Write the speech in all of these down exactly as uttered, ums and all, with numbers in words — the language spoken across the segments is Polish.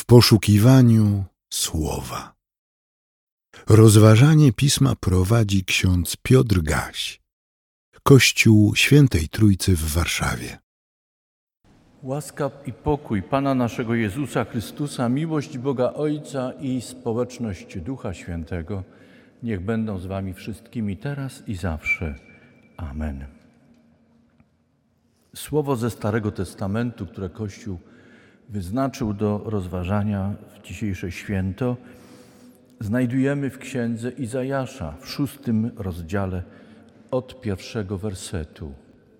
poszukiwaniu słowa. Rozważanie Pisma prowadzi ksiądz Piotr Gaś, Kościół Świętej Trójcy w Warszawie. Łaska i pokój Pana naszego Jezusa Chrystusa, miłość Boga Ojca i społeczność Ducha Świętego niech będą z wami wszystkimi teraz i zawsze. Amen. Słowo ze Starego Testamentu, które Kościół wyznaczył do rozważania w dzisiejsze święto, znajdujemy w księdze Izajasza w szóstym rozdziale od pierwszego wersetu.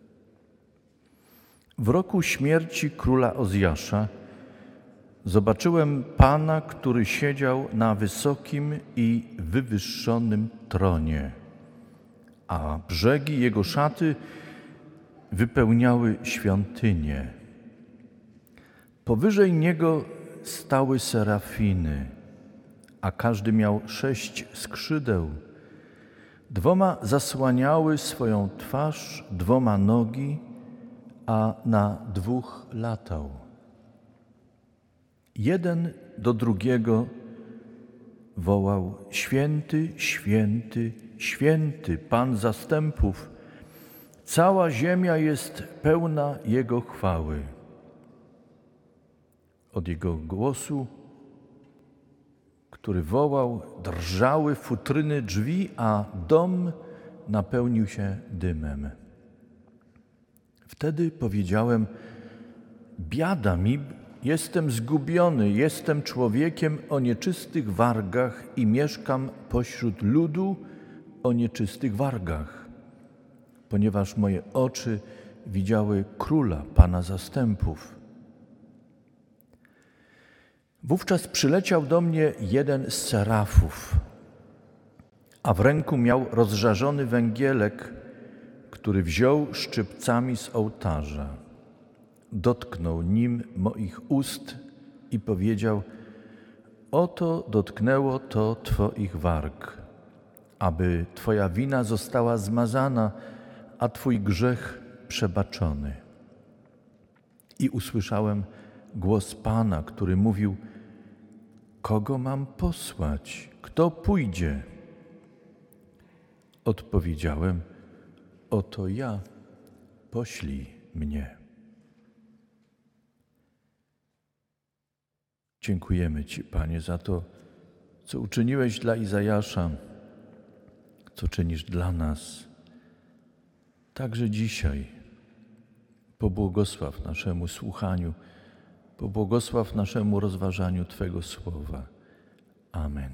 W roku śmierci króla Ozjasza zobaczyłem Pana, który siedział na wysokim i wywyższonym tronie, a brzegi jego szaty wypełniały świątynię. Powyżej niego stały serafiny, a każdy miał sześć skrzydeł. Dwoma zasłaniały swoją twarz, dwoma nogi, a na dwóch latał. Jeden do drugiego wołał: Święty, święty, święty Pan zastępów, cała ziemia jest pełna Jego chwały. Od Jego głosu, który wołał, drżały futryny drzwi, a dom napełnił się dymem. Wtedy powiedziałem: biada mi, jestem zgubiony, jestem człowiekiem o nieczystych wargach i mieszkam pośród ludu o nieczystych wargach, ponieważ moje oczy widziały Króla, Pana zastępów. Wówczas przyleciał do mnie jeden z serafów, a w ręku miał rozżarzony węgielek, który wziął szczypcami z ołtarza. Dotknął nim moich ust i powiedział: oto dotknęło to Twoich warg, aby Twoja wina została zmazana, a Twój grzech przebaczony. I usłyszałem głos Pana, który mówił: kogo mam posłać? Kto pójdzie? Odpowiedziałem: oto ja, poślij mnie. Dziękujemy Ci, Panie, za to, co uczyniłeś dla Izajasza, co czynisz dla nas. Także dzisiaj pobłogosław naszemu słuchaniu, pobłogosław naszemu rozważaniu Twego słowa. Amen.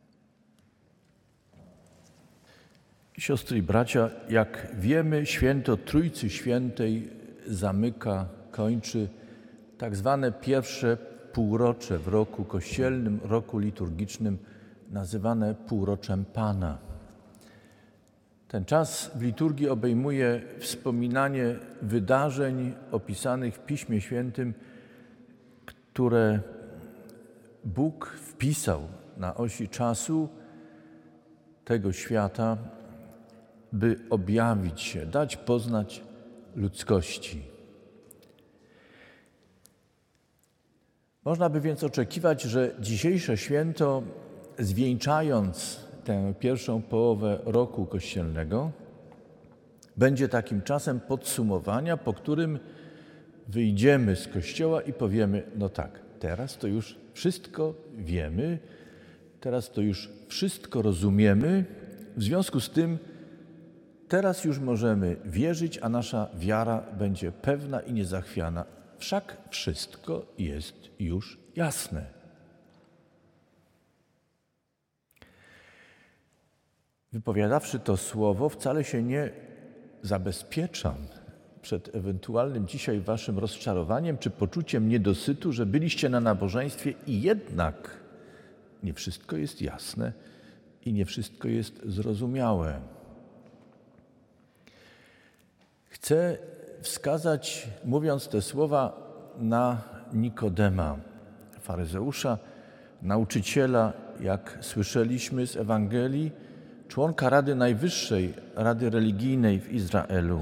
Siostry i bracia, jak wiemy, święto Trójcy Świętej zamyka, kończy tak zwane pierwsze półrocze w roku kościelnym, roku liturgicznym, nazywane półroczem Pana. Ten czas w liturgii obejmuje wspominanie wydarzeń opisanych w Piśmie Świętym, które Bóg wpisał na osi czasu tego świata, by objawić się, dać poznać ludzkości. Można by więc oczekiwać, że dzisiejsze święto, zwieńczając tę pierwszą połowę roku kościelnego, będzie takim czasem podsumowania, po którym wyjdziemy z kościoła i powiemy: no tak, teraz to już wszystko wiemy, teraz to już wszystko rozumiemy, w związku z tym teraz już możemy wierzyć, a nasza wiara będzie pewna i niezachwiana. Wszak wszystko jest już jasne. Wypowiadawszy to słowo, wcale się nie zabezpieczam przed ewentualnym dzisiaj waszym rozczarowaniem czy poczuciem niedosytu, że byliście na nabożeństwie i jednak nie wszystko jest jasne i nie wszystko jest zrozumiałe. Chcę wskazać, mówiąc te słowa, na Nikodema, faryzeusza, nauczyciela, jak słyszeliśmy z Ewangelii, członka Rady Najwyższej, Rady Religijnej w Izraelu.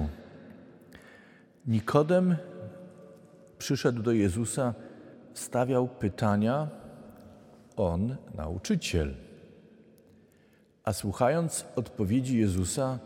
Nikodem przyszedł do Jezusa, stawiał pytania on nauczyciel. A słuchając odpowiedzi Jezusa,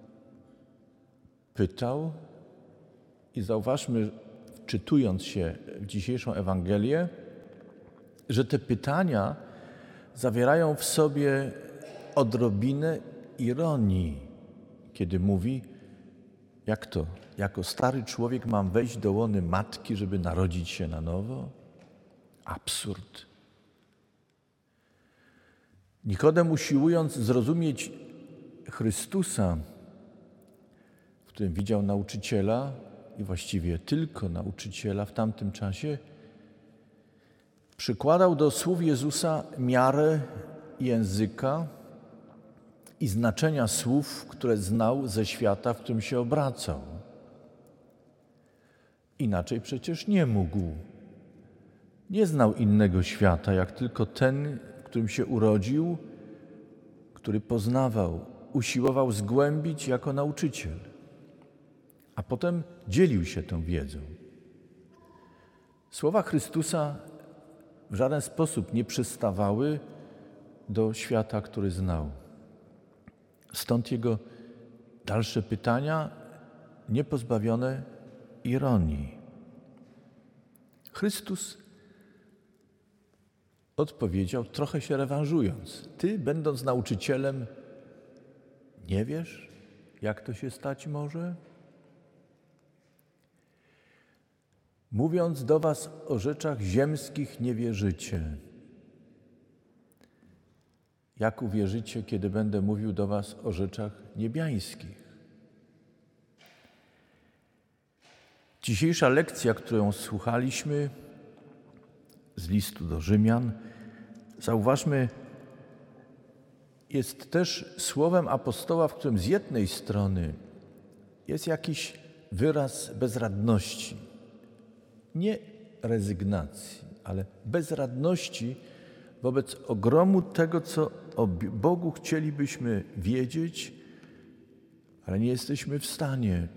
pytał i zauważmy, czytując się w dzisiejszą Ewangelię, że te pytania zawierają w sobie odrobinę ironii, kiedy mówi, jak to, jako stary człowiek mam wejść do łony matki, żeby narodzić się na nowo? Absurd. Nikodem, usiłując zrozumieć Chrystusa, w którym widział nauczyciela i właściwie tylko nauczyciela w tamtym czasie, przykładał do słów Jezusa miarę języka i znaczenia słów, które znał ze świata, w którym się obracał. Inaczej przecież nie mógł. Nie znał innego świata, jak tylko ten, w którym się urodził, który poznawał, usiłował zgłębić jako nauczyciel, a potem dzielił się tą wiedzą. Słowa Chrystusa w żaden sposób nie przystawały do świata, który znał. Stąd jego dalsze pytania, niepozbawione ironii. Chrystus odpowiedział, trochę się rewanżując. Ty, będąc nauczycielem, nie wiesz, jak to się stać może? Mówiąc do was o rzeczach ziemskich, nie wierzycie. Jak uwierzycie, kiedy będę mówił do was o rzeczach niebiańskich? Dzisiejsza lekcja, którą słuchaliśmy z listu do Rzymian, zauważmy, jest też słowem apostoła, w którym z jednej strony jest jakiś wyraz bezradności, nie rezygnacji, ale bezradności wobec ogromu tego, co o Bogu chcielibyśmy wiedzieć, ale nie jesteśmy w stanie.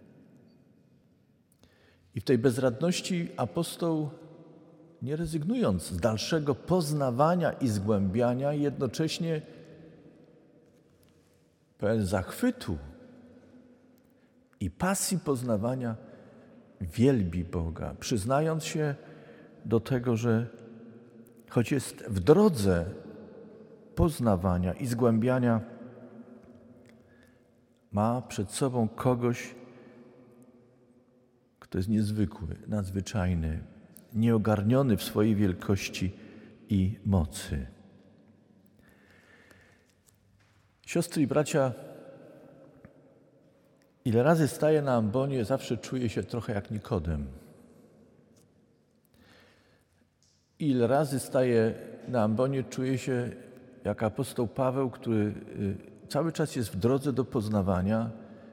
I w tej bezradności apostoł, nie rezygnując z dalszego poznawania i zgłębiania, jednocześnie pełen zachwytu i pasji poznawania, wielbi Boga, przyznając się do tego, że choć jest w drodze poznawania i zgłębiania, ma przed sobą kogoś, kto jest niezwykły, nadzwyczajny, nieogarniony w swojej wielkości i mocy. Siostry i bracia, ile razy staję na ambonie, zawsze czuję się trochę jak Nikodem. Ile razy staję na ambonie, czuję się jak apostoł Paweł, który cały czas jest w drodze do poznawania,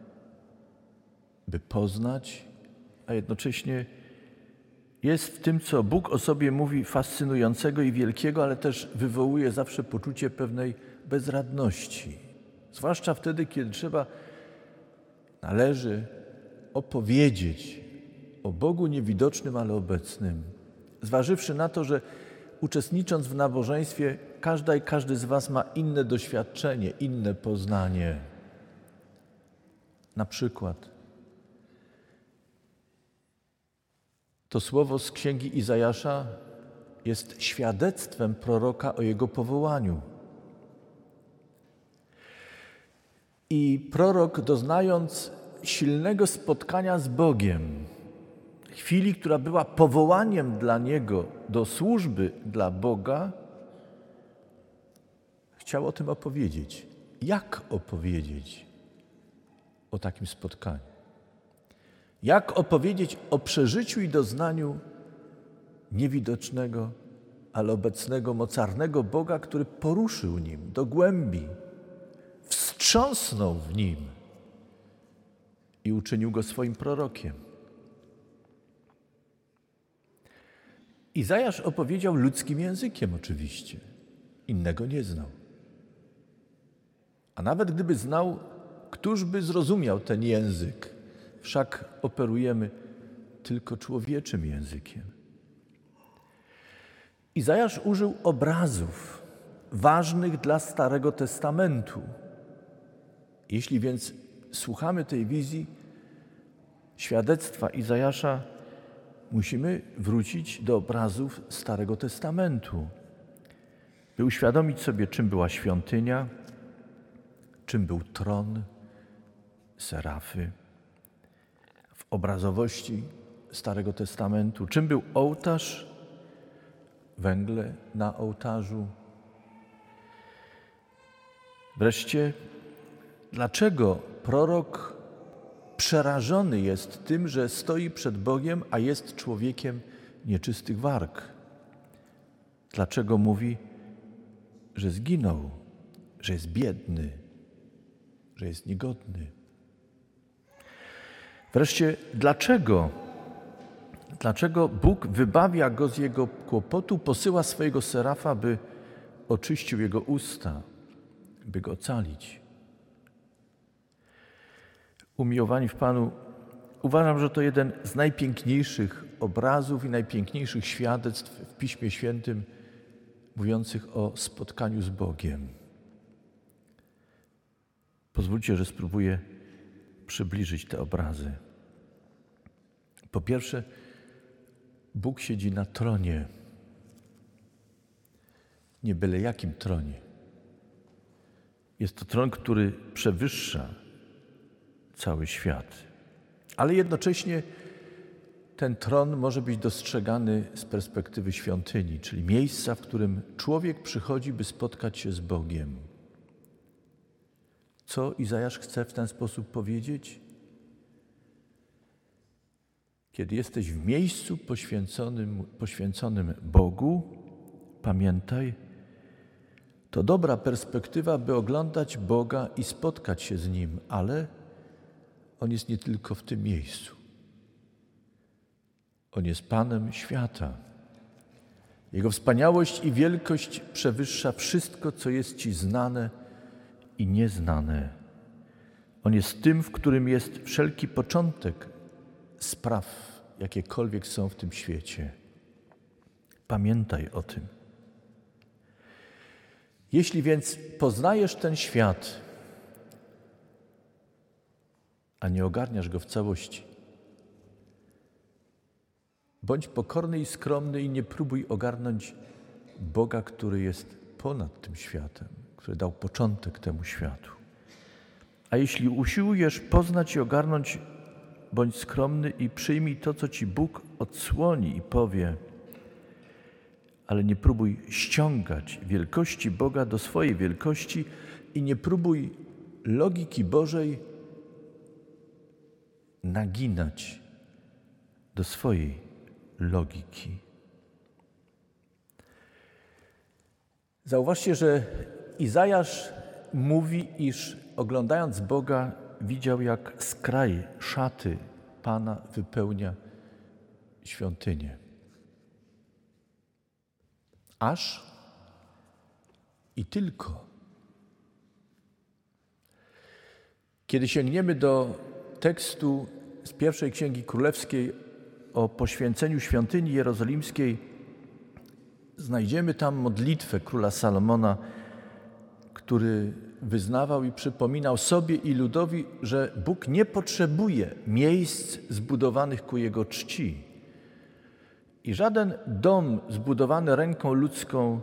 by poznać, a jednocześnie jest w tym, co Bóg o sobie mówi, fascynującego i wielkiego, ale też wywołuje zawsze poczucie pewnej bezradności. Zwłaszcza wtedy, kiedy trzeba, należy opowiedzieć o Bogu niewidocznym, ale obecnym. Zważywszy na to, że uczestnicząc w nabożeństwie, każda i każdy z was ma inne doświadczenie, inne poznanie. Na przykład to słowo z księgi Izajasza jest świadectwem proroka o jego powołaniu. I prorok, doznając silnego spotkania z Bogiem, chwili, która była powołaniem dla niego do służby dla Boga, chciał o tym opowiedzieć. Jak opowiedzieć o takim spotkaniu? Jak opowiedzieć o przeżyciu i doznaniu niewidocznego, ale obecnego, mocarnego Boga, który poruszył nim do głębi, wstrząsnął w nim i uczynił go swoim prorokiem. Izajasz opowiedział ludzkim językiem oczywiście. Innego nie znał. A nawet gdyby znał, któż by zrozumiał ten język? Wszak operujemy tylko człowieczym językiem. Izajasz użył obrazów ważnych dla Starego Testamentu. Jeśli więc słuchamy tej wizji, świadectwa Izajasza, musimy wrócić do obrazów Starego Testamentu, by uświadomić sobie, czym była świątynia, czym był tron, serafy, w obrazowości Starego Testamentu, czym był ołtarz, węgle na ołtarzu. Wreszcie, dlaczego prorok przerażony jest tym, że stoi przed Bogiem, a jest człowiekiem nieczystych warg? Dlaczego mówi, że zginął, że jest biedny, że jest niegodny? Wreszcie, dlaczego, dlaczego Bóg wybawia go z jego kłopotu, posyła swojego serafa, by oczyścił jego usta, by go ocalić? Umiłowani w Panu, uważam, że to jeden z najpiękniejszych obrazów i najpiękniejszych świadectw w Piśmie Świętym mówiących o spotkaniu z Bogiem. Pozwólcie, że spróbuję przybliżyć te obrazy. Po pierwsze, Bóg siedzi na tronie. Nie byle jakim tronie. Jest to tron, który przewyższa cały świat. Ale jednocześnie ten tron może być dostrzegany z perspektywy świątyni, czyli miejsca, w którym człowiek przychodzi, by spotkać się z Bogiem. Co Izajasz chce w ten sposób powiedzieć? Kiedy jesteś w miejscu poświęconym, poświęconym Bogu, pamiętaj, to dobra perspektywa, by oglądać Boga i spotkać się z Nim, ale On jest nie tylko w tym miejscu. On jest Panem świata. Jego wspaniałość i wielkość przewyższa wszystko, co jest Ci znane i nieznane. On jest tym, w którym jest wszelki początek spraw, jakiekolwiek są w tym świecie. Pamiętaj o tym. Jeśli więc poznajesz ten świat, a nie ogarniasz go w całości, bądź pokorny i skromny i nie próbuj ogarnąć Boga, który jest ponad tym światem, który dał początek temu światu. A jeśli usiłujesz poznać i ogarnąć, bądź skromny i przyjmij to, co Ci Bóg odsłoni i powie, ale nie próbuj ściągać wielkości Boga do swojej wielkości i nie próbuj logiki Bożej naginać do swojej logiki. Zauważcie, że Izajasz mówi, iż oglądając Boga widział, jak skraj szaty Pana wypełnia świątynię. Aż i tylko. Kiedy sięgniemy do tekstu z pierwszej Księgi Królewskiej o poświęceniu świątyni jerozolimskiej, znajdziemy tam modlitwę króla Salomona, który wyznawał i przypominał sobie i ludowi, że Bóg nie potrzebuje miejsc zbudowanych ku Jego czci. I żaden dom zbudowany ręką ludzką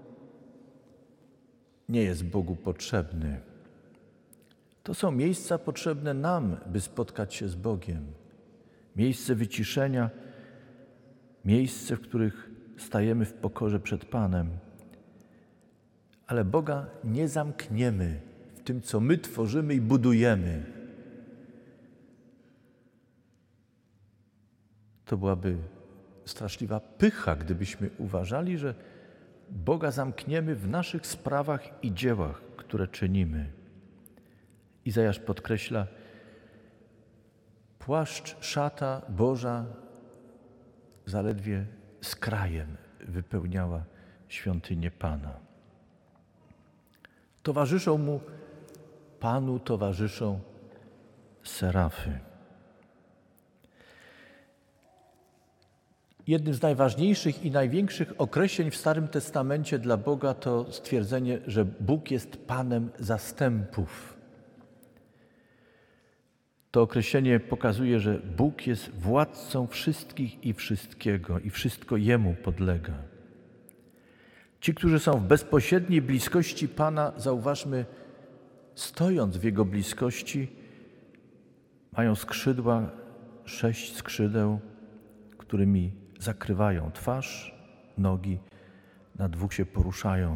nie jest Bogu potrzebny. To są miejsca potrzebne nam, by spotkać się z Bogiem. Miejsce wyciszenia, miejsce, w których stajemy w pokorze przed Panem. Ale Boga nie zamkniemy w tym, co my tworzymy i budujemy. To byłaby straszliwa pycha, gdybyśmy uważali, że Boga zamkniemy w naszych sprawach i dziełach, które czynimy. Izajasz podkreśla, płaszcz, szata Boża zaledwie z krajem wypełniała świątynię Pana. Towarzyszą mu, Panu towarzyszą serafy. Jednym z najważniejszych i największych określeń w Starym Testamencie dla Boga to stwierdzenie, że Bóg jest Panem zastępów. To określenie pokazuje, że Bóg jest władcą wszystkich i wszystkiego i wszystko Jemu podlega. Ci, którzy są w bezpośredniej bliskości Pana, zauważmy, stojąc w Jego bliskości, mają skrzydła, sześć skrzydeł, którymi zakrywają twarz, nogi, na dwóch się poruszają.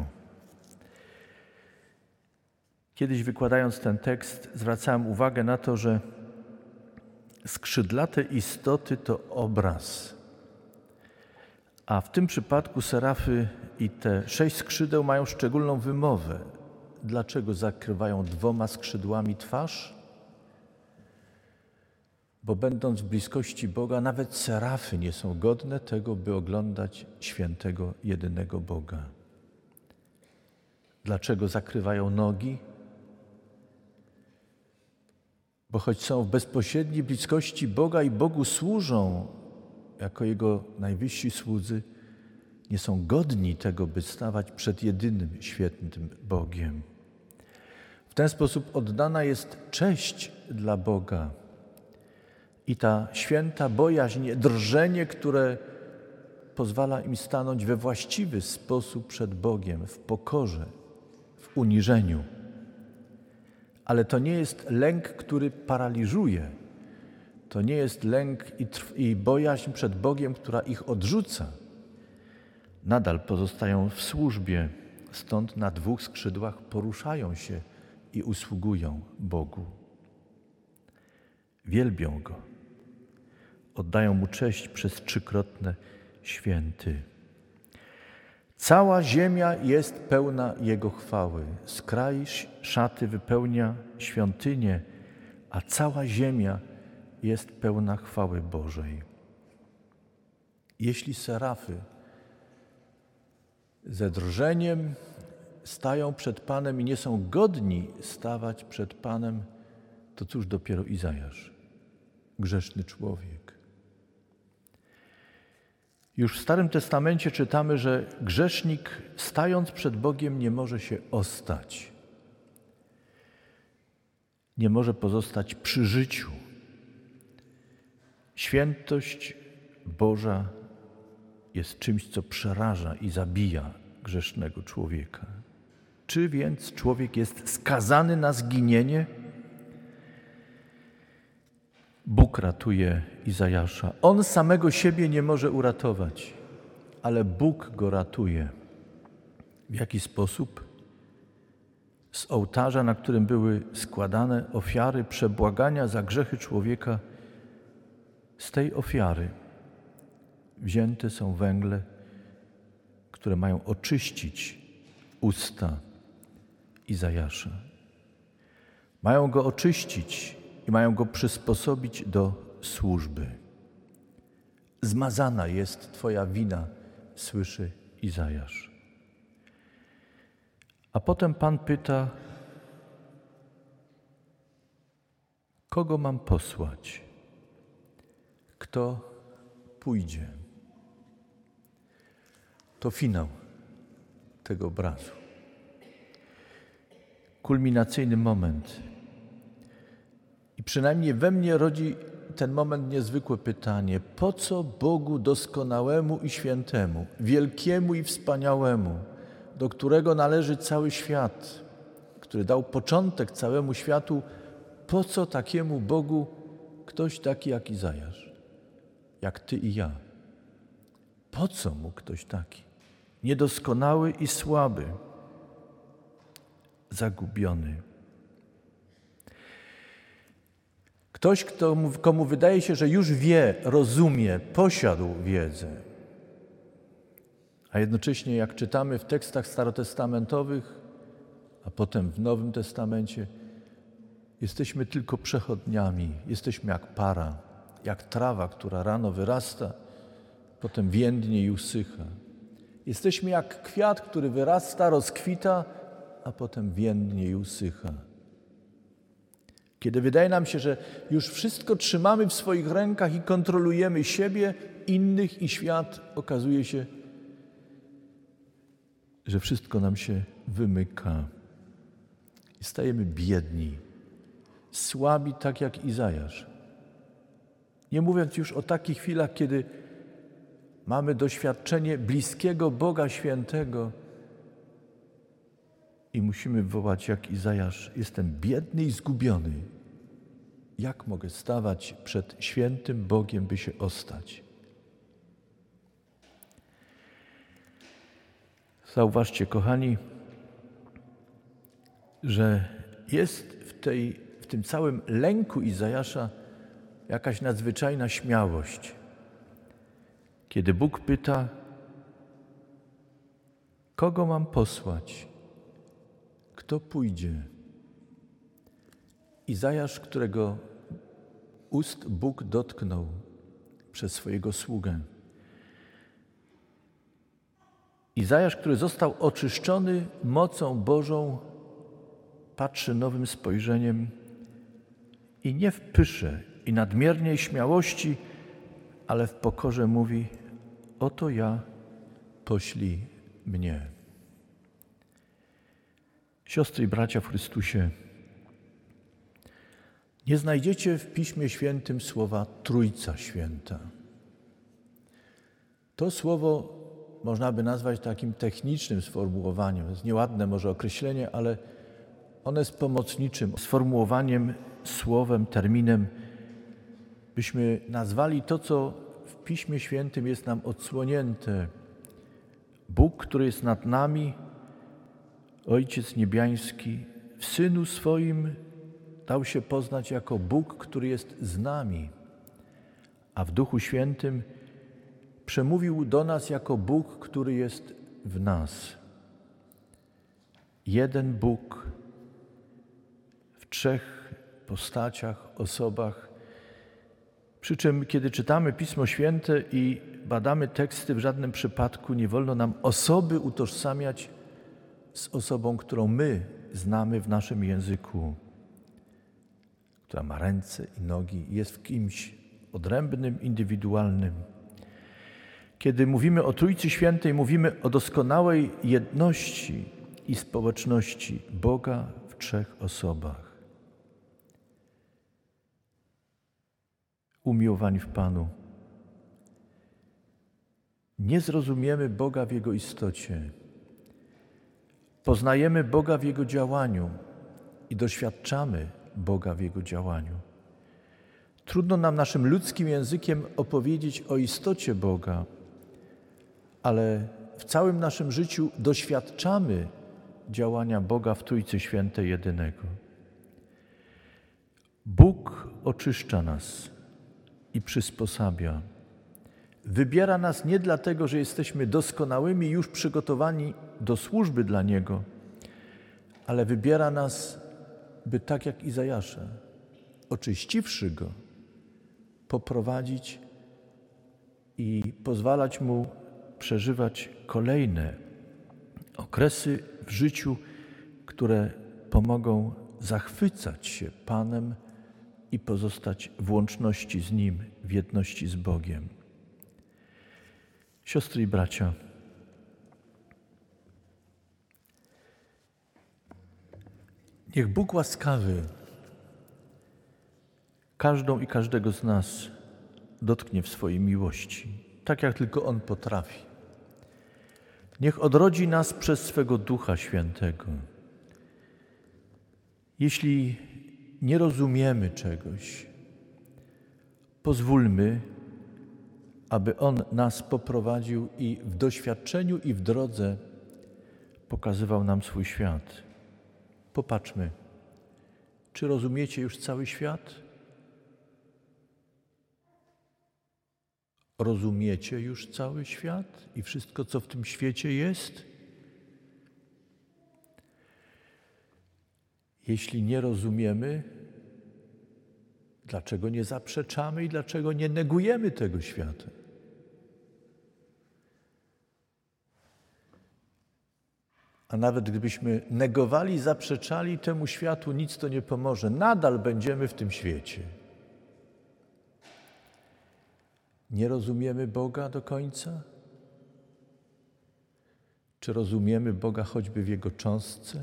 Kiedyś wykładając ten tekst zwracałem uwagę na to, że skrzydlate istoty to obraz, a w tym przypadku serafy i te sześć skrzydeł mają szczególną wymowę. Dlaczego zakrywają dwoma skrzydłami twarz? Bo będąc w bliskości Boga, nawet serafy nie są godne tego, by oglądać świętego, jedynego Boga. Dlaczego zakrywają nogi? Bo choć są w bezpośredniej bliskości Boga i Bogu służą jako Jego najwyżsi słudzy, nie są godni tego, by stawać przed jedynym świętym Bogiem. W ten sposób oddana jest cześć dla Boga i ta święta bojaźń, drżenie, które pozwala im stanąć we właściwy sposób przed Bogiem, w pokorze, w uniżeniu. Ale to nie jest lęk, który paraliżuje. To nie jest lęk i, trw- i bojaźń przed Bogiem, która ich odrzuca. Nadal pozostają w służbie, stąd na dwóch skrzydłach poruszają się i usługują Bogu. Wielbią Go. Oddają Mu cześć przez trzykrotne święty. Cała ziemia jest pełna Jego chwały. Skraj szaty wypełnia świątynię, a cała ziemia jest pełna chwały Bożej. Jeśli serafy ze drżeniem stają przed Panem i nie są godni stawać przed Panem, to cóż dopiero Izajasz, grzeszny człowiek. Już w Starym Testamencie czytamy, że grzesznik stając przed Bogiem nie może się ostać. Nie może pozostać przy życiu. Świętość Boża jest czymś, co przeraża i zabija grzesznego człowieka. Czy więc człowiek jest skazany na zginienie? Bóg ratuje Izajasza. On samego siebie nie może uratować, ale Bóg go ratuje. W jaki sposób? Z ołtarza, na którym były składane ofiary przebłagania za grzechy człowieka, z tej ofiary wzięte są węgle, które mają oczyścić usta Izajasza. Mają go oczyścić i mają go przysposobić do służby. Zmazana jest Twoja wina, słyszy Izajasz. A potem Pan pyta, kogo mam posłać? Kto pójdzie? To finał tego obrazu. Kulminacyjny moment. I przynajmniej we mnie rodzi ten moment niezwykłe pytanie. Po co Bogu doskonałemu i świętemu, wielkiemu i wspaniałemu, do którego należy cały świat, który dał początek całemu światu, po co takiemu Bogu ktoś taki jak Izajasz, jak ty i ja? Po co mu ktoś taki? Niedoskonały i słaby, zagubiony. Ktoś, kto, komu wydaje się, że już wie, rozumie, posiadł wiedzę. A jednocześnie, jak czytamy w tekstach starotestamentowych, a potem w Nowym Testamencie, jesteśmy tylko przechodniami, jesteśmy jak para, jak trawa, która rano wyrasta, potem więdnie i usycha. Jesteśmy jak kwiat, który wyrasta, rozkwita, a potem więdnie i usycha. Kiedy wydaje nam się, że już wszystko trzymamy w swoich rękach i kontrolujemy siebie, innych i świat, okazuje się, że wszystko nam się wymyka i stajemy biedni, słabi, tak jak Izajasz. Nie mówiąc już o takich chwilach, kiedy mamy doświadczenie bliskiego Boga Świętego i musimy wołać jak Izajasz: jestem biedny i zgubiony. Jak mogę stawać przed świętym Bogiem, by się ostać? Zauważcie, kochani, że jest w, tej, w tym całym lęku Izajasza jakaś nadzwyczajna śmiałość. Kiedy Bóg pyta, kogo mam posłać? Kto pójdzie? Izajasz, którego ust Bóg dotknął przez swojego sługę. Izajasz, który został oczyszczony mocą Bożą, patrzy nowym spojrzeniem i nie w pysze i nadmiernej śmiałości, ale w pokorze mówi: oto ja, poślij mnie. Siostry i bracia w Chrystusie, nie znajdziecie w Piśmie Świętym słowa Trójca Święta. To słowo można by nazwać takim technicznym sformułowaniem. To jest nieładne może określenie, ale ono jest pomocniczym sformułowaniem, słowem, terminem, byśmy nazwali to, co w Piśmie Świętym jest nam odsłonięte. Bóg, który jest nad nami, Ojciec Niebiański, w Synu swoim dał się poznać jako Bóg, który jest z nami, a w Duchu Świętym przemówił do nas jako Bóg, który jest w nas. Jeden Bóg w trzech postaciach, osobach. Przy czym, kiedy czytamy Pismo Święte i badamy teksty, w żadnym przypadku nie wolno nam osoby utożsamiać z osobą, którą my znamy w naszym języku, która ma ręce i nogi, jest w kimś odrębnym, indywidualnym. Kiedy mówimy o Trójcy Świętej, mówimy o doskonałej jedności i społeczności Boga w trzech osobach. Umiłowani w Panu, nie zrozumiemy Boga w Jego istocie. Poznajemy Boga w Jego działaniu i doświadczamy Boga w Jego działaniu. Trudno nam naszym ludzkim językiem opowiedzieć o istocie Boga, ale w całym naszym życiu doświadczamy działania Boga w Trójcy Świętej jedynego. Bóg oczyszcza nas i przysposabia. Wybiera nas nie dlatego, że jesteśmy doskonałymi, już przygotowani do służby dla Niego, ale wybiera nas, by tak jak Izajasza, oczyściwszy Go, poprowadzić i pozwalać Mu przeżywać kolejne okresy w życiu, które pomogą zachwycać się Panem i pozostać w łączności z Nim, w jedności z Bogiem. Siostry i bracia, niech Bóg łaskawy każdą i każdego z nas dotknie w swojej miłości, tak jak tylko On potrafi. Niech odrodzi nas przez swego Ducha Świętego. Jeśli nie rozumiemy czegoś, pozwólmy, aby On nas poprowadził i w doświadczeniu i w drodze pokazywał nam swój świat. Popatrzmy, czy rozumiecie już cały świat? Rozumiecie już cały świat i wszystko, co w tym świecie jest? Jeśli nie rozumiemy, dlaczego nie zaprzeczamy i dlaczego nie negujemy tego świata? A nawet gdybyśmy negowali, zaprzeczali temu światu, nic to nie pomoże. Nadal będziemy w tym świecie. Nie rozumiemy Boga do końca? Czy rozumiemy Boga choćby w Jego cząstce?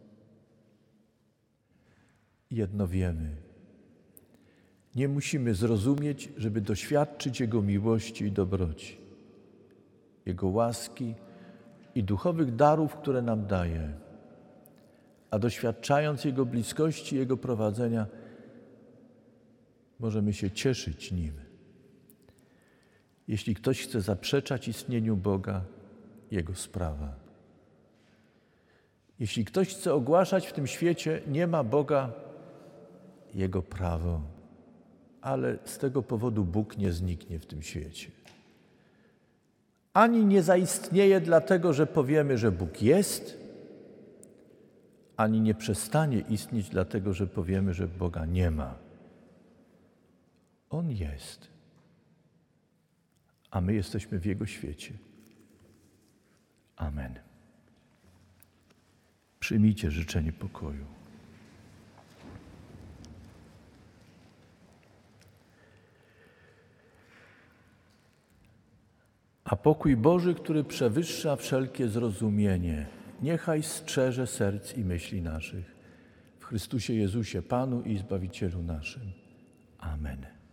Jedno wiemy. Nie musimy zrozumieć, żeby doświadczyć Jego miłości i dobroci, Jego łaski i duchowych darów, które nam daje. A doświadczając Jego bliskości, Jego prowadzenia, możemy się cieszyć Nim. Jeśli ktoś chce zaprzeczać istnieniu Boga, jego sprawa. Jeśli ktoś chce ogłaszać w tym świecie, nie ma Boga, jego prawo. Ale z tego powodu Bóg nie zniknie w tym świecie. Ani nie zaistnieje dlatego, że powiemy, że Bóg jest, ani nie przestanie istnieć dlatego, że powiemy, że Boga nie ma. On jest, a my jesteśmy w Jego świecie. Amen. Przyjmijcie życzenie pokoju. A pokój Boży, który przewyższa wszelkie zrozumienie, niechaj strzeże serc i myśli naszych w Chrystusie Jezusie, Panu i Zbawicielu naszym. Amen.